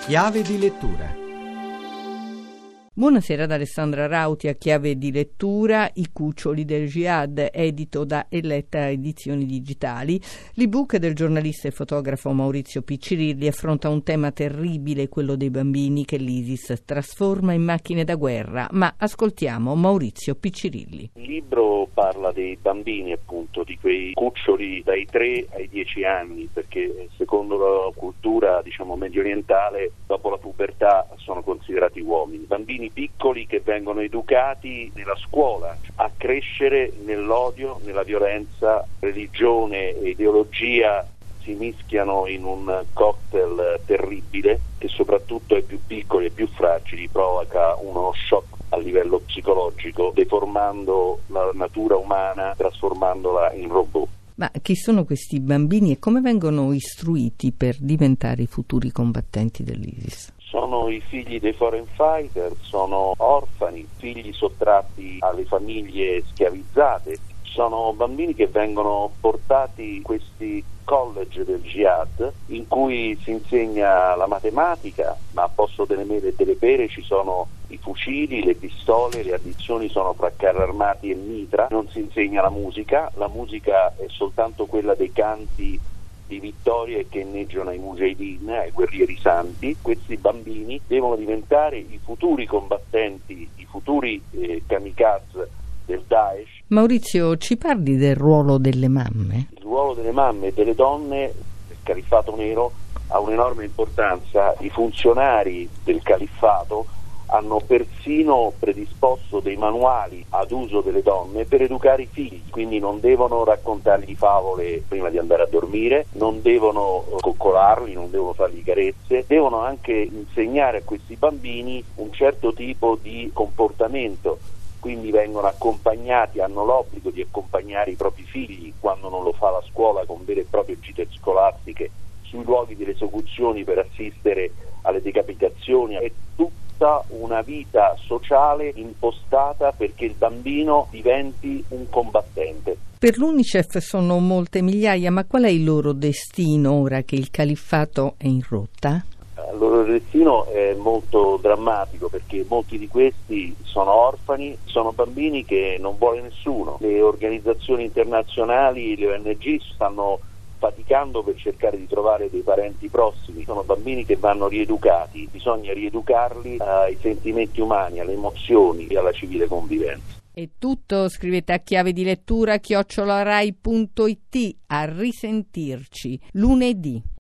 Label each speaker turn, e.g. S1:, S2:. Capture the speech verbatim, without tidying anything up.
S1: Chiave di lettura.
S2: Buonasera ad Alessandra Rauti a Chiave di lettura, I cuccioli del jihad, edito da Eletta Edizioni Digitali. L'ebook del giornalista e fotografo Maurizio Piccirilli affronta un tema terribile, quello dei bambini che l'ISIS trasforma in macchine da guerra. Ma ascoltiamo Maurizio Piccirilli.
S3: Il libro parla dei bambini, appunto, di quei cuccioli dai tre ai dieci anni, perché secondo la cultura, diciamo, medio orientale, dopo la pubertà sono considerati uomini. Bambini piccoli che vengono educati nella scuola a crescere nell'odio, nella violenza. Religione e ideologia si mischiano in un cocktail terribile che soprattutto ai più piccoli e più fragili provoca uno shock a livello psicologico, deformando la natura umana, trasformandola in robot.
S2: Ma chi sono questi bambini e come vengono istruiti per diventare i futuri combattenti dell'ISIS?
S3: Sono i figli dei foreign fighter, sono orfani, figli sottratti alle famiglie schiavizzate. Sono bambini che vengono portati in questi college del jihad in cui si insegna la matematica, ma a posto delle mele e delle pere ci sono i fucili, le pistole, le addizioni sono fra carri armati e mitra. Non si insegna la musica, la musica è soltanto quella dei canti di vittorie che inneggiano ai mujahideen, ai guerrieri santi. Questi bambini devono diventare i futuri combattenti, i futuri eh, kamikaze del Daesh.
S2: Maurizio, ci parli del ruolo delle mamme?
S3: Il ruolo delle mamme e delle donne del califfato nero ha un'enorme importanza. I funzionari del califfato hanno persino predisposto dei manuali ad uso delle donne per educare i figli, quindi non devono raccontargli favole prima di andare a dormire, non devono coccolarli, non devono fargli carezze, devono anche insegnare a questi bambini un certo tipo di comportamento, quindi vengono accompagnati, hanno l'obbligo di accompagnare i propri figli quando non lo fa la scuola con vere e proprie gite scolastiche sui luoghi delle esecuzioni per assistere alle decapitazioni. È tutta una vita sociale impostata perché il bambino diventi un combattente.
S2: Per l'UNICEF sono molte migliaia, ma qual è il loro destino ora che il califfato è in rotta?
S3: Il loro destino è molto drammatico perché molti di questi sono orfani, sono bambini che non vuole nessuno. Le organizzazioni internazionali, le O N G stanno faticando per cercare di trovare dei parenti prossimi. Sono bambini che vanno rieducati, bisogna rieducarli ai sentimenti umani, alle emozioni e alla civile convivenza.
S2: È tutto, scrivete a chiave di lettura chiocciola rai punto it. A risentirci lunedì.